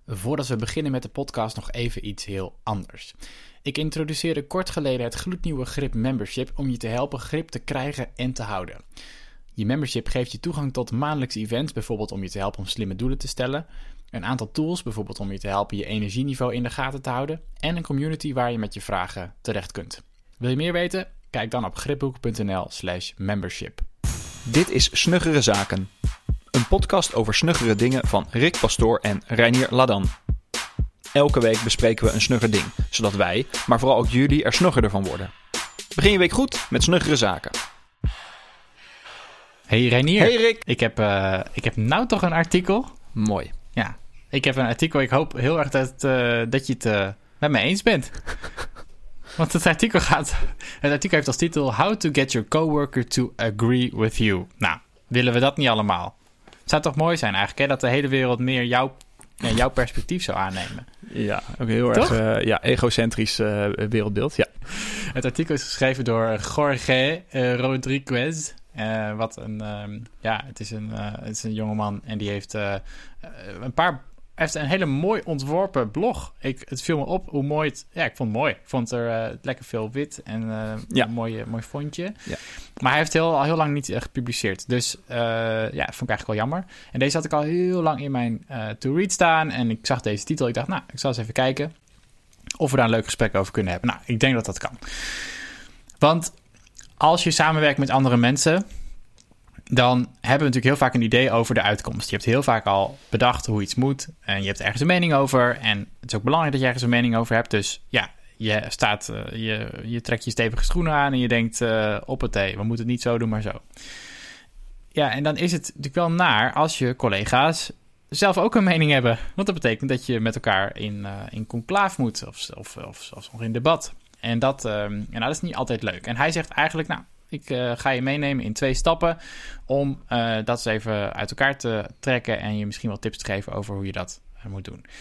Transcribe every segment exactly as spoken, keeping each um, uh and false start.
Voordat we beginnen met de podcast nog even iets heel anders. Ik introduceerde kort geleden het gloednieuwe Grip Membership om je te helpen grip te krijgen en te houden. Je membership geeft je toegang tot maandelijkse events, bijvoorbeeld om je te helpen om slimme doelen te stellen. Een aantal tools, bijvoorbeeld om je te helpen je energieniveau in de gaten te houden. En een community waar je met je vragen terecht kunt. Wil je meer weten? Kijk dan op gripboek.nl slash membership. Dit is Snuggere Zaken. Een podcast over snuggere dingen van Rick Pastoor en Reinier Ladan. Elke week bespreken we een snugger ding, zodat wij, maar vooral ook jullie, er snuggerder van worden. Begin je week goed met Snuggere Zaken. Hey Reinier. Hey Rick. Ik heb, uh, ik heb nou toch een artikel. Mooi. Ja, ik heb een artikel. Ik hoop heel erg dat, uh, dat je het uh, met me eens bent. Want het artikel gaat... Het artikel heeft als titel How to get your coworker to agree with you. Nou, willen we dat niet allemaal? Het zou toch mooi zijn eigenlijk, hè? Dat de hele wereld meer jouw, ja, jouw perspectief zou aannemen. Ja, ook heel toch? erg uh, ja, egocentrisch uh, wereldbeeld. Ja. Het artikel is geschreven door Jorge uh, Rodriguez. Uh, wat een... Um, ja, het is een, uh, het is een jongeman en die heeft uh, een paar... Hij heeft een hele mooi ontworpen blog. Ik, het viel me op hoe mooi het... Ja, ik vond het mooi. Ik vond er uh, lekker veel wit en uh, ja. een mooi, mooi fontje. Ja. Maar hij heeft heel, al heel lang niet uh, gepubliceerd. Dus uh, ja, dat vond ik eigenlijk wel jammer. En deze had ik al heel lang in mijn uh, to-read staan. En ik zag deze titel. Ik dacht, nou, ik zal eens even kijken of we daar een leuk gesprek over kunnen hebben. Nou, ik denk dat dat kan. Want als je samenwerkt met andere mensen... dan hebben we natuurlijk heel vaak een idee over de uitkomst. Je hebt heel vaak al bedacht hoe iets moet. En je hebt ergens een mening over. En het is ook belangrijk dat je ergens een mening over hebt. Dus ja, je, staat, uh, je, je trekt je stevige schoenen aan... en je denkt, uh, op het thee, we moeten het niet zo doen, maar zo. Ja, en dan is het natuurlijk wel naar als je collega's zelf ook een mening hebben. Want dat betekent dat je met elkaar in, uh, in conclaaf moet. Of, of, of zelfs nog in debat. En dat, uh, en nou, dat is niet altijd leuk. En hij zegt eigenlijk, nou... Ik uh, ga je meenemen in twee stappen om uh, dat eens even uit elkaar te trekken en je misschien wel tips te geven over hoe je dat uh, moet doen.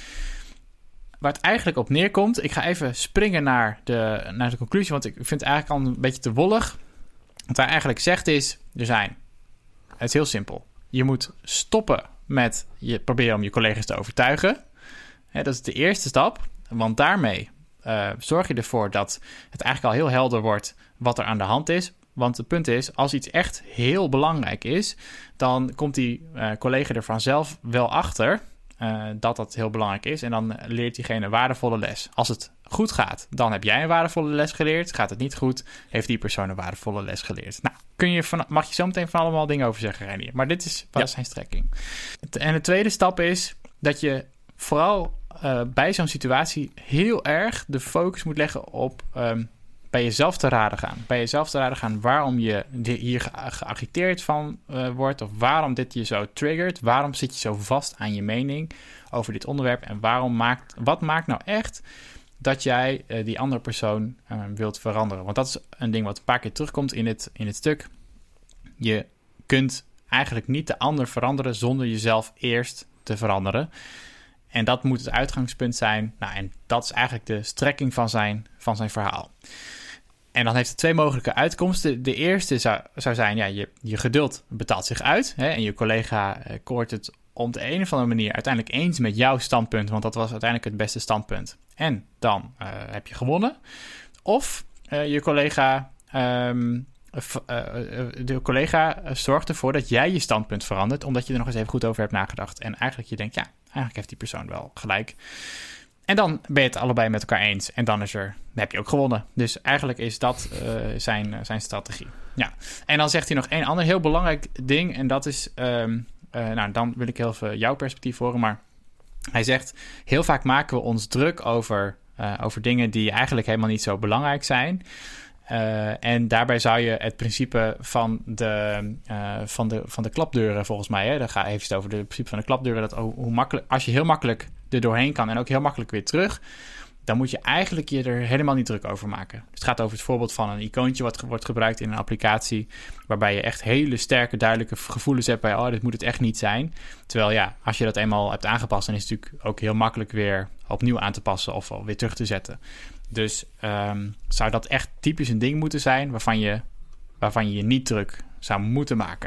Waar het eigenlijk op neerkomt, ik ga even springen naar de, naar de conclusie, want ik vind het eigenlijk al een beetje te wollig. Wat hij eigenlijk zegt is, er zijn, het is heel simpel, je moet stoppen met je proberen om je collega's te overtuigen. Hè, dat is de eerste stap, want daarmee uh, zorg je ervoor dat het eigenlijk al heel helder wordt wat er aan de hand is. Want het punt is, als iets echt heel belangrijk is... dan komt die uh, collega er vanzelf wel achter uh, dat dat heel belangrijk is. En dan leert diegene een waardevolle les. Als het goed gaat, dan heb jij een waardevolle les geleerd. Gaat het niet goed, heeft die persoon een waardevolle les geleerd. Nou, kun je van, mag je zo meteen van allemaal dingen over zeggen, Reinier. Maar dit is wat ja. zijn strekking. En de tweede stap is dat je vooral uh, bij zo'n situatie... heel erg de focus moet leggen op... Um, bij jezelf te raden gaan. Bij jezelf te raden gaan waarom je hier ge- geagiteerd van uh, wordt... of waarom dit je zo triggert. Waarom zit je zo vast aan je mening over dit onderwerp... en waarom maakt, wat maakt nou echt dat jij uh, die andere persoon uh, wilt veranderen? Want dat is een ding wat een paar keer terugkomt in het, in het stuk. Je kunt eigenlijk niet de ander veranderen... zonder jezelf eerst te veranderen... En dat moet het uitgangspunt zijn. Nou, en dat is eigenlijk de strekking van zijn, van zijn verhaal. En dan heeft het twee mogelijke uitkomsten. De eerste zou, zou zijn, ja, je, je geduld betaalt zich uit. Hè, en je collega uh, koort het op de een of andere manier uiteindelijk eens met jouw standpunt. Want dat was uiteindelijk het beste standpunt. En dan uh, heb je gewonnen. Of uh, je collega... Um, Uh, de collega zorgt ervoor dat jij je standpunt verandert... omdat je er nog eens even goed over hebt nagedacht. En eigenlijk je denkt, ja, eigenlijk heeft die persoon wel gelijk. En dan ben je het allebei met elkaar eens. En dan, is er, dan heb je ook gewonnen. Dus eigenlijk is dat uh, zijn, uh, zijn strategie. Ja. En dan zegt hij nog één ander heel belangrijk ding. En dat is, um, uh, nou, dan wil ik heel even jouw perspectief horen. Maar hij zegt, heel vaak maken we ons druk over, uh, over dingen... die eigenlijk helemaal niet zo belangrijk zijn... Uh, en daarbij zou je het principe van de, uh, van de, van de klapdeuren, volgens mij... Hè, dan ga je even over het principe van de klapdeuren... dat hoe, hoe makkelijk, als je heel makkelijk er doorheen kan en ook heel makkelijk weer terug... dan moet je eigenlijk je er helemaal niet druk over maken. Dus het gaat over het voorbeeld van een icoontje... wat wordt gebruikt in een applicatie... waarbij je echt hele sterke, duidelijke gevoelens hebt bij... oh, dit moet het echt niet zijn. Terwijl ja, als je dat eenmaal hebt aangepast... dan is het natuurlijk ook heel makkelijk weer opnieuw aan te passen... of weer terug te zetten. Dus um, zou dat echt typisch een ding moeten zijn... waarvan je, waarvan je je niet druk zou moeten maken.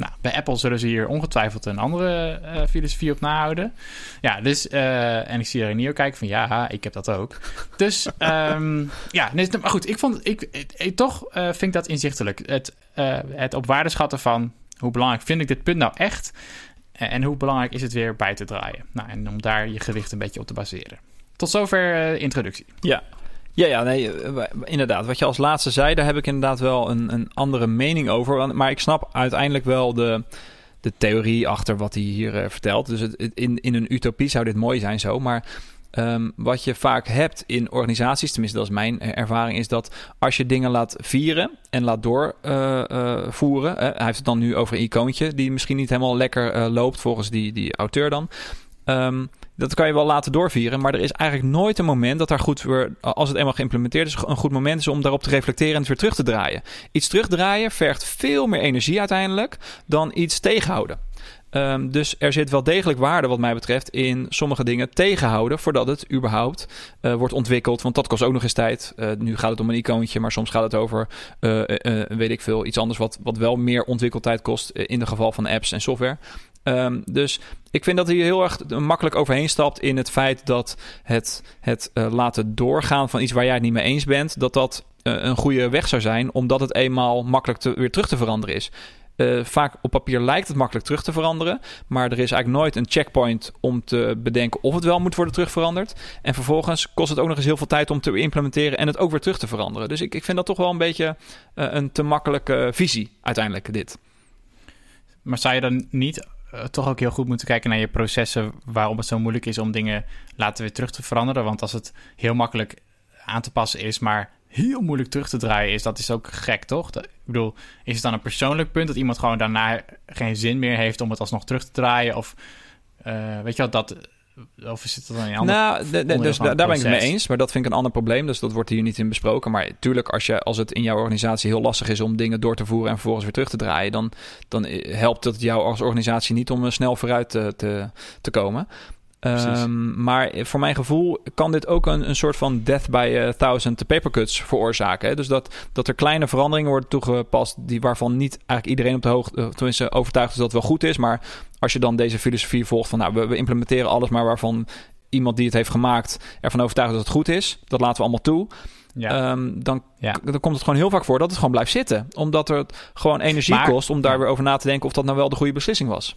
Nou, bij Apple zullen ze hier ongetwijfeld een andere uh, filosofie op nahouden. Ja, dus... Uh, en ik zie Renier kijken van... Ja, ik heb dat ook. Dus, um, ja, nee, maar goed. Ik vond... Ik, ik, ik, toch uh, vind ik dat inzichtelijk. Het, uh, het op waarde schatten van... Hoe belangrijk vind ik dit punt nou echt... En hoe belangrijk is het weer bij te draaien? Nou, en om daar je gewicht een beetje op te baseren. Tot zover uh, introductie. Ja. Ja, ja, nee, inderdaad. Wat je als laatste zei, daar heb ik inderdaad wel een, een andere mening over. Maar ik snap uiteindelijk wel de, de theorie achter wat hij hier uh, vertelt. Dus het, in, in een utopie zou dit mooi zijn zo. Maar um, wat je vaak hebt in organisaties, tenminste dat is mijn ervaring, is dat als je dingen laat vieren en laat doorvoeren. Uh, uh, hij heeft het dan nu over een icoontje die misschien niet helemaal lekker uh, loopt volgens die, die auteur dan. Um, dat kan je wel laten doorvieren, maar er is eigenlijk nooit een moment dat daar goed weer, als het eenmaal geïmplementeerd is, een goed moment is om daarop te reflecteren en het weer terug te draaien. Iets terugdraaien vergt veel meer energie uiteindelijk dan iets tegenhouden. Um, dus er zit wel degelijk waarde wat mij betreft in sommige dingen tegenhouden voordat het überhaupt uh, wordt ontwikkeld. Want dat kost ook nog eens tijd. Uh, nu gaat het om een icoontje, maar soms gaat het over, uh, uh, weet ik veel, iets anders wat, wat wel meer ontwikkeltijd kost uh, in de geval van apps en software. Um, dus ik vind dat hij heel erg makkelijk overheen stapt in het feit dat het, het uh, laten doorgaan van iets waar jij het niet mee eens bent, dat dat uh, een goede weg zou zijn, omdat het eenmaal makkelijk te, weer terug te veranderen is. Uh, vaak op papier lijkt het makkelijk terug te veranderen, maar er is eigenlijk nooit een checkpoint om te bedenken of het wel moet worden terugveranderd. En vervolgens kost het ook nog eens heel veel tijd om te implementeren en het ook weer terug te veranderen. Dus ik, ik vind dat toch wel een beetje uh, een te makkelijke visie uiteindelijk dit. Maar zou je dan niet uh, toch ook heel goed moeten kijken naar je processen waarom het zo moeilijk is om dingen later weer terug te veranderen? Want als het heel makkelijk aan te passen is, maar heel moeilijk terug te draaien is, dat is ook gek, toch? Dat, ik bedoel, is het dan een persoonlijk punt dat iemand gewoon daarna geen zin meer heeft om het alsnog terug te draaien? Of uh, weet je wat, dat... Of is het dan een ander Nou, de, de, dus daar ben ik het mee eens, maar dat vind ik een ander probleem. Dus dat wordt hier niet in besproken. Maar tuurlijk, als, je, als het in jouw organisatie heel lastig is om dingen door te voeren en vervolgens weer terug te draaien, dan, dan helpt het jou als organisatie niet om snel vooruit te, te, te komen. Um, maar voor mijn gevoel kan dit ook een, een soort van death by a thousand papercuts veroorzaken. Hè? Dus dat, dat er kleine veranderingen worden toegepast die waarvan niet eigenlijk iedereen op de hoogte, tenminste overtuigd is dat het wel goed is. Maar als je dan deze filosofie volgt van nou, we, we implementeren alles, maar waarvan iemand die het heeft gemaakt ervan overtuigd dat het goed is, dat laten we allemaal toe. Ja. Um, dan, ja. dan komt het gewoon heel vaak voor dat het gewoon blijft zitten. Omdat het gewoon energie maar, kost om daar ja. weer over na te denken of dat nou wel de goede beslissing was.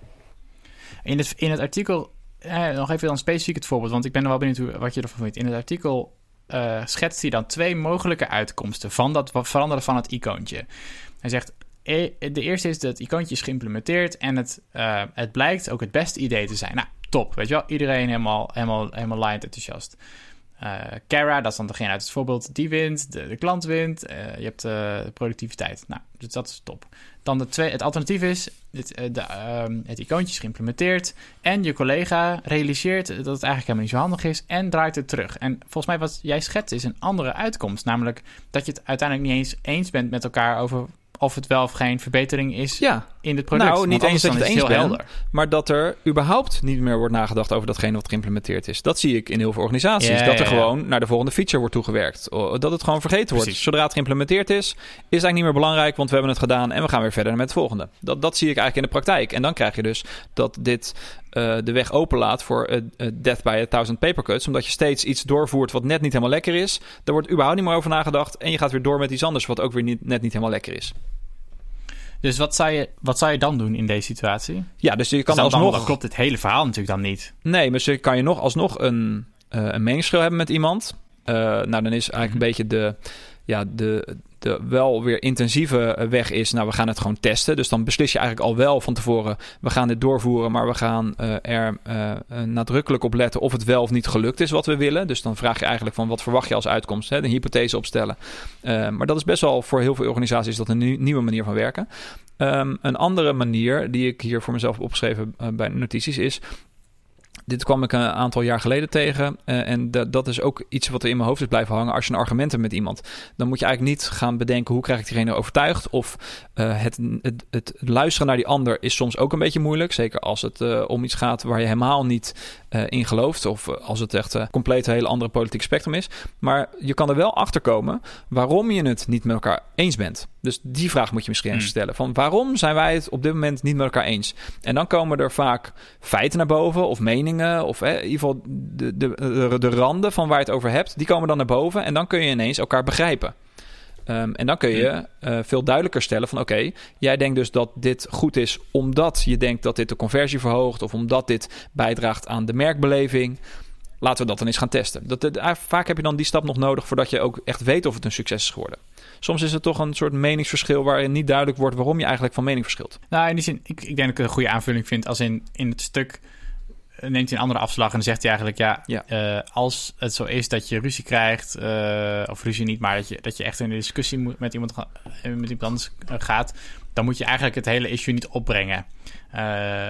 In het, in het artikel... Eh, nog even dan specifiek het voorbeeld, want ik ben er wel benieuwd hoe, wat je ervan vindt. In het artikel uh, schetst hij dan twee mogelijke uitkomsten van dat veranderen van het icoontje. Hij zegt, e- de eerste is dat het icoontje is geïmplementeerd en het, uh, het blijkt ook het beste idee te zijn. Nou, top, weet je wel. Iedereen helemaal, helemaal, helemaal laaiend enthousiast. Uh, Kara, dat is dan degene uit het voorbeeld, die wint. De, de klant wint. Uh, je hebt uh, productiviteit. Nou, dus dat is top. Dan de twee, het alternatief is, het, uh, de, um, het icoontje is geïmplementeerd en je collega realiseert dat het eigenlijk helemaal niet zo handig is en draait het terug. En volgens mij wat jij schetst is een andere uitkomst. Namelijk dat je het uiteindelijk niet eens eens bent met elkaar over of het wel of geen verbetering is ja. in het product. Nou, niet eens dat je het eens bent, maar dat er überhaupt niet meer wordt nagedacht over datgene wat geïmplementeerd is. Dat zie ik in heel veel organisaties. Ja, dat er ja, gewoon ja. naar de volgende feature wordt toegewerkt. Dat het gewoon vergeten wordt. Precies. Zodra het geïmplementeerd is, is het eigenlijk niet meer belangrijk, want we hebben het gedaan en we gaan weer verder met het volgende. Dat, dat zie ik eigenlijk in de praktijk. En dan krijg je dus dat dit uh, de weg openlaat voor uh, uh, death by a thousand papercuts, omdat je steeds iets doorvoert wat net niet helemaal lekker is. Daar wordt überhaupt niet meer over nagedacht en je gaat weer door met iets anders wat ook weer niet, net niet helemaal lekker is. Dus wat zou, je, wat zou je dan doen in deze situatie? Ja, dus je kan dus dan, alsnog... Dan, dan klopt het hele verhaal natuurlijk dan niet. Nee, maar dus kan je nog alsnog een, uh, een meningsverschil hebben met iemand. Uh, nou, dan is eigenlijk mm-hmm. een beetje de... Ja, de, de wel weer intensieve weg is, nou, we gaan het gewoon testen. Dus dan beslis je eigenlijk al wel van tevoren, we gaan dit doorvoeren, maar we gaan uh, er uh, nadrukkelijk op letten of het wel of niet gelukt is wat we willen. Dus dan vraag je eigenlijk van, wat verwacht je als uitkomst? Hè? De hypothese opstellen. Uh, maar dat is best wel voor heel veel organisaties dat een nieuw, nieuwe manier van werken. Um, een andere manier die ik hier voor mezelf heb opgeschreven uh, bij notities is, dit kwam ik een aantal jaar geleden tegen. Uh, en d- dat is ook iets wat er in mijn hoofd is blijven hangen. Als je een argument hebt met iemand, dan moet je eigenlijk niet gaan bedenken, hoe krijg ik diegene overtuigd? Of uh, het, het, het luisteren naar die ander is soms ook een beetje moeilijk. Zeker als het uh, om iets gaat waar je helemaal niet uh, in gelooft. Of uh, als het echt uh, compleet een hele andere politieke spectrum is. Maar je kan er wel achter komen waarom je het niet met elkaar eens bent. Dus die vraag moet je misschien even stellen. Van waarom zijn wij het op dit moment niet met elkaar eens? En dan komen er vaak feiten naar boven of meningen. Of eh, in ieder geval de, de, de, de randen van waar je het over hebt. Die komen dan naar boven en dan kun je ineens elkaar begrijpen. Um, en dan kun je uh, veel duidelijker stellen van oké, okay, jij denkt dus dat dit goed is omdat je denkt dat dit de conversie verhoogt of omdat dit bijdraagt aan de merkbeleving. Laten we dat dan eens gaan testen. Dat, dat, vaak heb je dan die stap nog nodig voordat je ook echt weet of het een succes is geworden. Soms is het toch een soort meningsverschil waarin niet duidelijk wordt waarom je eigenlijk van mening verschilt. Nou, in die zin, ik, ik denk dat ik een goede aanvulling vind als in, in het stuk neemt hij een andere afslag en dan zegt hij eigenlijk ja, ja. Uh, als het zo is dat je ruzie krijgt, uh, of ruzie niet, maar dat je, dat je echt in een discussie moet, met, iemand, met iemand anders gaat, dan moet je eigenlijk het hele issue niet opbrengen. Uh,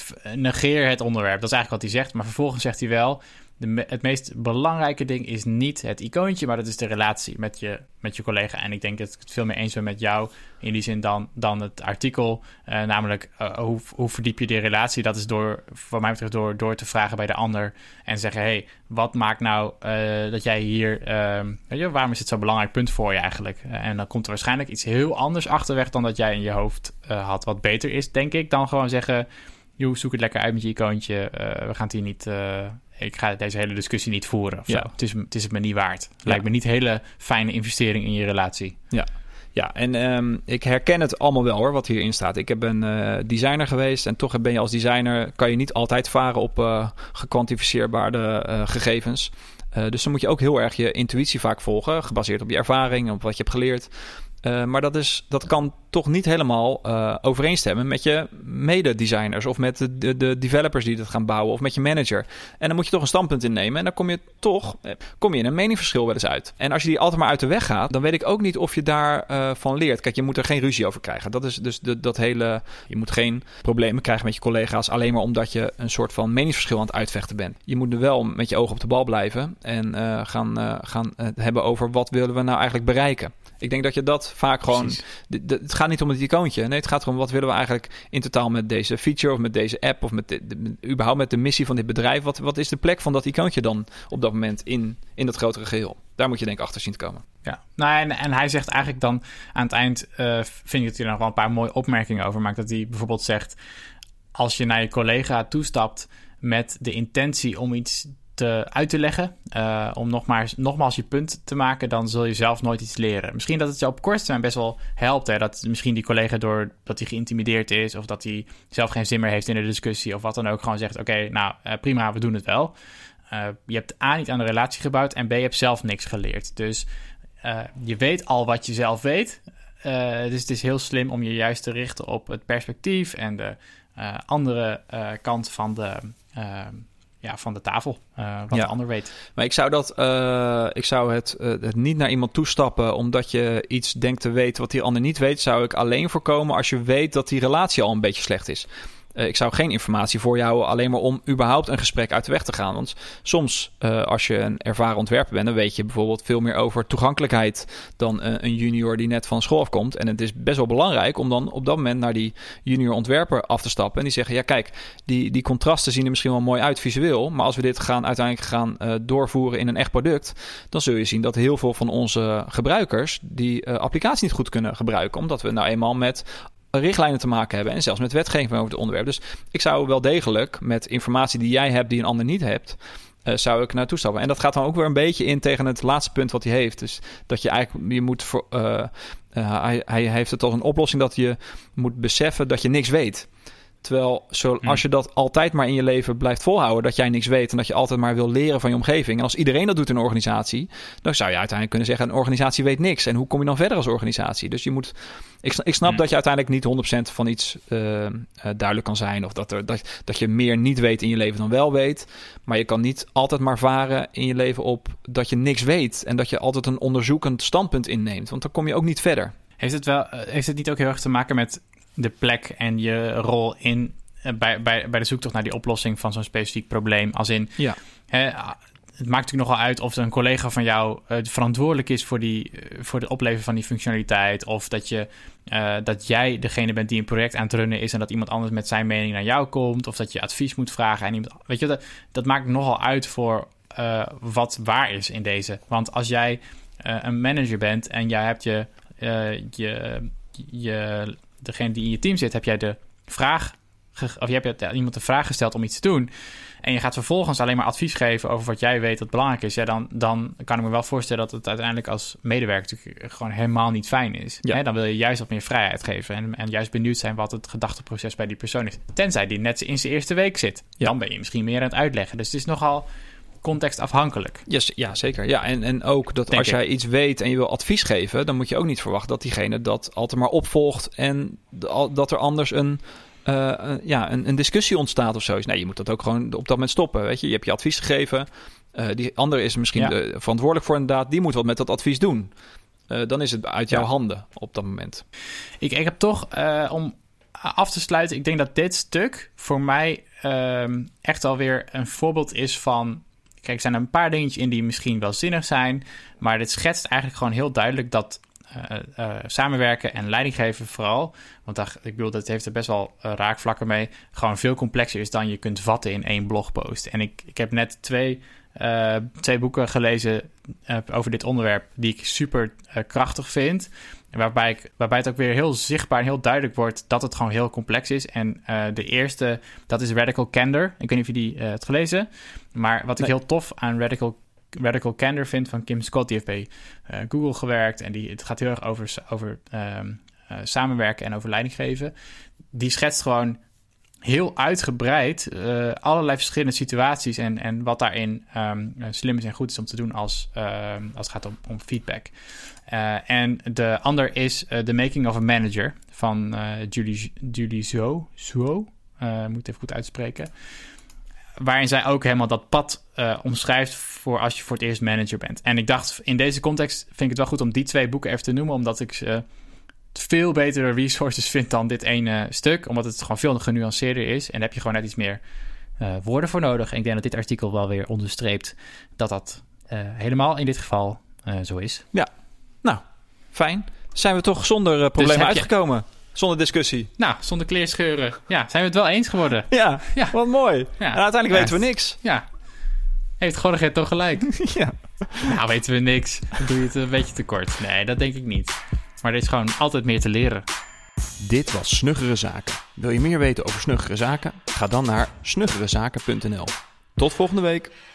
negeer het onderwerp, dat is eigenlijk wat hij zegt, maar vervolgens zegt hij wel, de, het meest belangrijke ding is niet het icoontje, maar dat is de relatie met je, met je collega. En ik denk dat ik het veel meer eens ben met jou in die zin dan, dan het artikel. Uh, namelijk, uh, hoe, hoe verdiep je die relatie? Dat is door, voor mij betreft, door, door te vragen bij de ander en zeggen, hey, wat maakt nou uh, dat jij hier, uh, weet je, waarom is het zo'n belangrijk punt voor je eigenlijk? Uh, en dan komt er waarschijnlijk iets heel anders achterweg dan dat jij in je hoofd uh, had. Wat beter is, denk ik, dan gewoon zeggen, joh, zoek het lekker uit met je icoontje. Uh, we gaan het hier niet... Uh, ik ga deze hele discussie niet voeren of ja. zo. Het is, het is het me niet waard. Het ja. lijkt me niet een hele fijne investering in je relatie. Ja, ja en um, ik herken het allemaal wel hoor, wat hierin staat. Ik ben uh, designer geweest en toch ben je als designer, kan je niet altijd varen op uh, gekwantificeerbare uh, gegevens. Uh, dus dan moet je ook heel erg je intuïtie vaak volgen, gebaseerd op je ervaring en op wat je hebt geleerd. Uh, maar dat, is, dat kan toch niet helemaal uh, overeenstemmen met je mededesigners of met de, de, de developers die dat gaan bouwen of met je manager. En dan moet je toch een standpunt innemen en dan kom je toch kom je in een meningsverschil wel eens uit. En als je die altijd maar uit de weg gaat, dan weet ik ook niet of je daarvan uh, van leert. Kijk, je moet er geen ruzie over krijgen. Dat is dus de, dat hele... Je moet geen problemen krijgen met je collega's alleen maar omdat je een soort van meningsverschil aan het uitvechten bent. Je moet er wel met je ogen op de bal blijven en uh, gaan, uh, gaan uh, hebben over wat willen we nou eigenlijk bereiken. Ik denk dat je dat vaak gewoon... De, de, het gaat niet om het icoontje. Nee, het gaat erom wat willen we eigenlijk in totaal met deze feature of met deze app of met de, de, überhaupt met de missie van dit bedrijf. Wat, wat is de plek van dat icoontje dan op dat moment in, in dat grotere geheel? Daar moet je denk ik achter zien te komen. Ja, nou, en, en hij zegt eigenlijk dan aan het eind, uh, vind ik dat hij er nog wel een paar mooie opmerkingen over maakt. Dat hij bijvoorbeeld zegt, als je naar je collega toestapt met de intentie om iets te, uit te leggen, uh, om nogmaals, nogmaals je punt te maken, dan zul je zelf nooit iets leren. Misschien dat het je op korte termijn best wel helpt, hè, dat misschien die collega door dat hij geïntimideerd is of dat hij zelf geen zin meer heeft in de discussie of wat dan ook, gewoon zegt, oké, okay, nou uh, prima, we doen het wel. Uh, je hebt A, niet aan de relatie gebouwd en B, je hebt zelf niks geleerd. Dus uh, je weet al wat je zelf weet. Uh, dus het is heel slim om je juist te richten op het perspectief en de uh, andere uh, kant van de... Uh, Ja, van de tafel, uh, wat ja. de ander weet. Maar ik zou, dat, uh, ik zou het, uh, het niet naar iemand toestappen omdat je iets denkt te weten wat die ander niet weet, zou ik alleen voorkomen als je weet dat die relatie al een beetje slecht is. Uh, ik zou geen informatie voor je houden alleen maar om überhaupt een gesprek uit de weg te gaan. Want soms, uh, als je een ervaren ontwerper bent, dan weet je bijvoorbeeld veel meer over toegankelijkheid dan uh, een junior die net van school afkomt. En het is best wel belangrijk om dan op dat moment naar die junior ontwerper af te stappen. En die zeggen, ja kijk, die, die contrasten zien er misschien wel mooi uit visueel. Maar als we dit gaan uiteindelijk gaan uh, doorvoeren in een echt product, dan zul je zien dat heel veel van onze gebruikers die uh, applicatie niet goed kunnen gebruiken. Omdat we nou eenmaal met richtlijnen te maken hebben en zelfs met wetgeving over het onderwerp. Dus ik zou wel degelijk met informatie die jij hebt die een ander niet hebt, uh, zou ik naartoe stappen. En dat gaat dan ook weer een beetje in tegen het laatste punt wat hij heeft. Dus dat je eigenlijk, je moet voor, uh, uh, hij, hij heeft het als een oplossing dat je moet beseffen dat je niks weet. Terwijl zo, hmm. als je dat altijd maar in je leven blijft volhouden, dat jij niks weet en dat je altijd maar wil leren van je omgeving. En als iedereen dat doet in een organisatie, dan zou je uiteindelijk kunnen zeggen, een organisatie weet niks. En hoe kom je dan verder als organisatie? Dus je moet, ik, ik snap hmm. dat je uiteindelijk niet honderd procent van iets uh, uh, duidelijk kan zijn. Of dat, er, dat, dat je meer niet weet in je leven dan wel weet. Maar je kan niet altijd maar varen in je leven op dat je niks weet. En dat je altijd een onderzoekend standpunt inneemt. Want dan kom je ook niet verder. Heeft het, wel, heeft het niet ook heel erg te maken met de plek en je rol in uh, bij, bij, bij de zoektocht naar die oplossing van zo'n specifiek probleem? Als in, ja. hè, het maakt natuurlijk nogal uit of er een collega van jou uh, verantwoordelijk is voor, die, uh, voor het opleveren van die functionaliteit. Of dat, je, uh, dat jij degene bent die een project aan het runnen is en dat iemand anders met zijn mening naar jou komt. Of dat je advies moet vragen aan iemand. Weet je, dat, dat maakt nogal uit voor uh, wat waar is in deze. Want als jij uh, een manager bent en jij hebt je, uh, je, je, degene die in je team zit, heb jij de vraag, of je hebt iemand de vraag gesteld om iets te doen. En je gaat vervolgens alleen maar advies geven over wat jij weet dat belangrijk is. Ja, dan, dan kan ik me wel voorstellen dat het uiteindelijk als medewerker natuurlijk gewoon helemaal niet fijn is. Ja. Hè, dan wil je juist wat meer vrijheid geven. En, en juist benieuwd zijn wat het gedachteproces bij die persoon is. Tenzij die net in zijn eerste week zit. Ja. Dan ben je misschien meer aan het uitleggen. Dus het is nogal contextafhankelijk. Yes, ja, zeker. Ja, en, en ook dat Denk als ik. jij iets weet en je wil advies geven, dan moet je ook niet verwachten dat diegene dat altijd maar opvolgt en dat er anders een, uh, uh, ja, een, een discussie ontstaat of zo. Nee, je moet dat ook gewoon op dat moment stoppen. Weet je, je hebt je advies gegeven. Uh, die andere is misschien Ja. de, verantwoordelijk voor inderdaad. Die moet wat met dat advies doen. Uh, dan is het uit jouw Ja. handen op dat moment. Ik, ik heb toch, uh, om af te sluiten, ik denk dat dit stuk voor mij um, echt alweer een voorbeeld is van. Kijk, er zijn een paar dingetjes in die misschien wel zinnig zijn, maar dit schetst eigenlijk gewoon heel duidelijk dat uh, uh, samenwerken en leidinggeven vooral, want daar, ik bedoel, dat heeft er best wel uh, raakvlakken mee, gewoon veel complexer is dan je kunt vatten in één blogpost. En ik, ik heb net twee, uh, twee boeken gelezen uh, over dit onderwerp die ik super uh, krachtig vind. Waarbij, ik, waarbij het ook weer heel zichtbaar en heel duidelijk wordt dat het gewoon heel complex is. En uh, de eerste, dat is Radical Candor. Ik weet niet of je die uh, hebt gelezen. Maar wat ik Nee. heel tof aan Radical, Radical Candor vind van Kim Scott, die heeft bij uh, Google gewerkt. En die, het gaat heel erg over, over um, uh, samenwerken en over leiding geven. Die schetst gewoon heel uitgebreid uh, allerlei verschillende situaties en, en wat daarin um, slim is en goed is om te doen als, uh, als het gaat om, om feedback. Uh, en de ander is uh, The Making of a Manager van uh, Julie, Julie Zuo. Zuo? Uh, moet ik even goed uitspreken. Waarin zij ook helemaal dat pad uh, omschrijft voor als je voor het eerst manager bent. En ik dacht, in deze context vind ik het wel goed om die twee boeken even te noemen, omdat ik ze veel betere resources vind dan dit ene stuk, omdat het gewoon veel genuanceerder is. En daar heb je gewoon net iets meer uh, woorden voor nodig. En ik denk dat dit artikel wel weer onderstreept dat dat uh, helemaal in dit geval uh, zo is. Ja, nou, fijn. Zijn we toch zonder uh, problemen heb je- uitgekomen? Zonder discussie. Nou, zonder kleerscheuren. Ja, zijn we het wel eens geworden? Ja, Ja. wat mooi. Ja. En uiteindelijk Ja. weten we niks. Ja. Heeft Gorgert toch gelijk? Ja. Nou, weten we niks. Dan doe je het een beetje te kort. Nee, dat denk ik niet. Maar er is gewoon altijd meer te leren. Dit was Snuggere Zaken. Wil je meer weten over Snuggere Zaken? Ga dan naar snuggerezaken punt n l. Tot volgende week.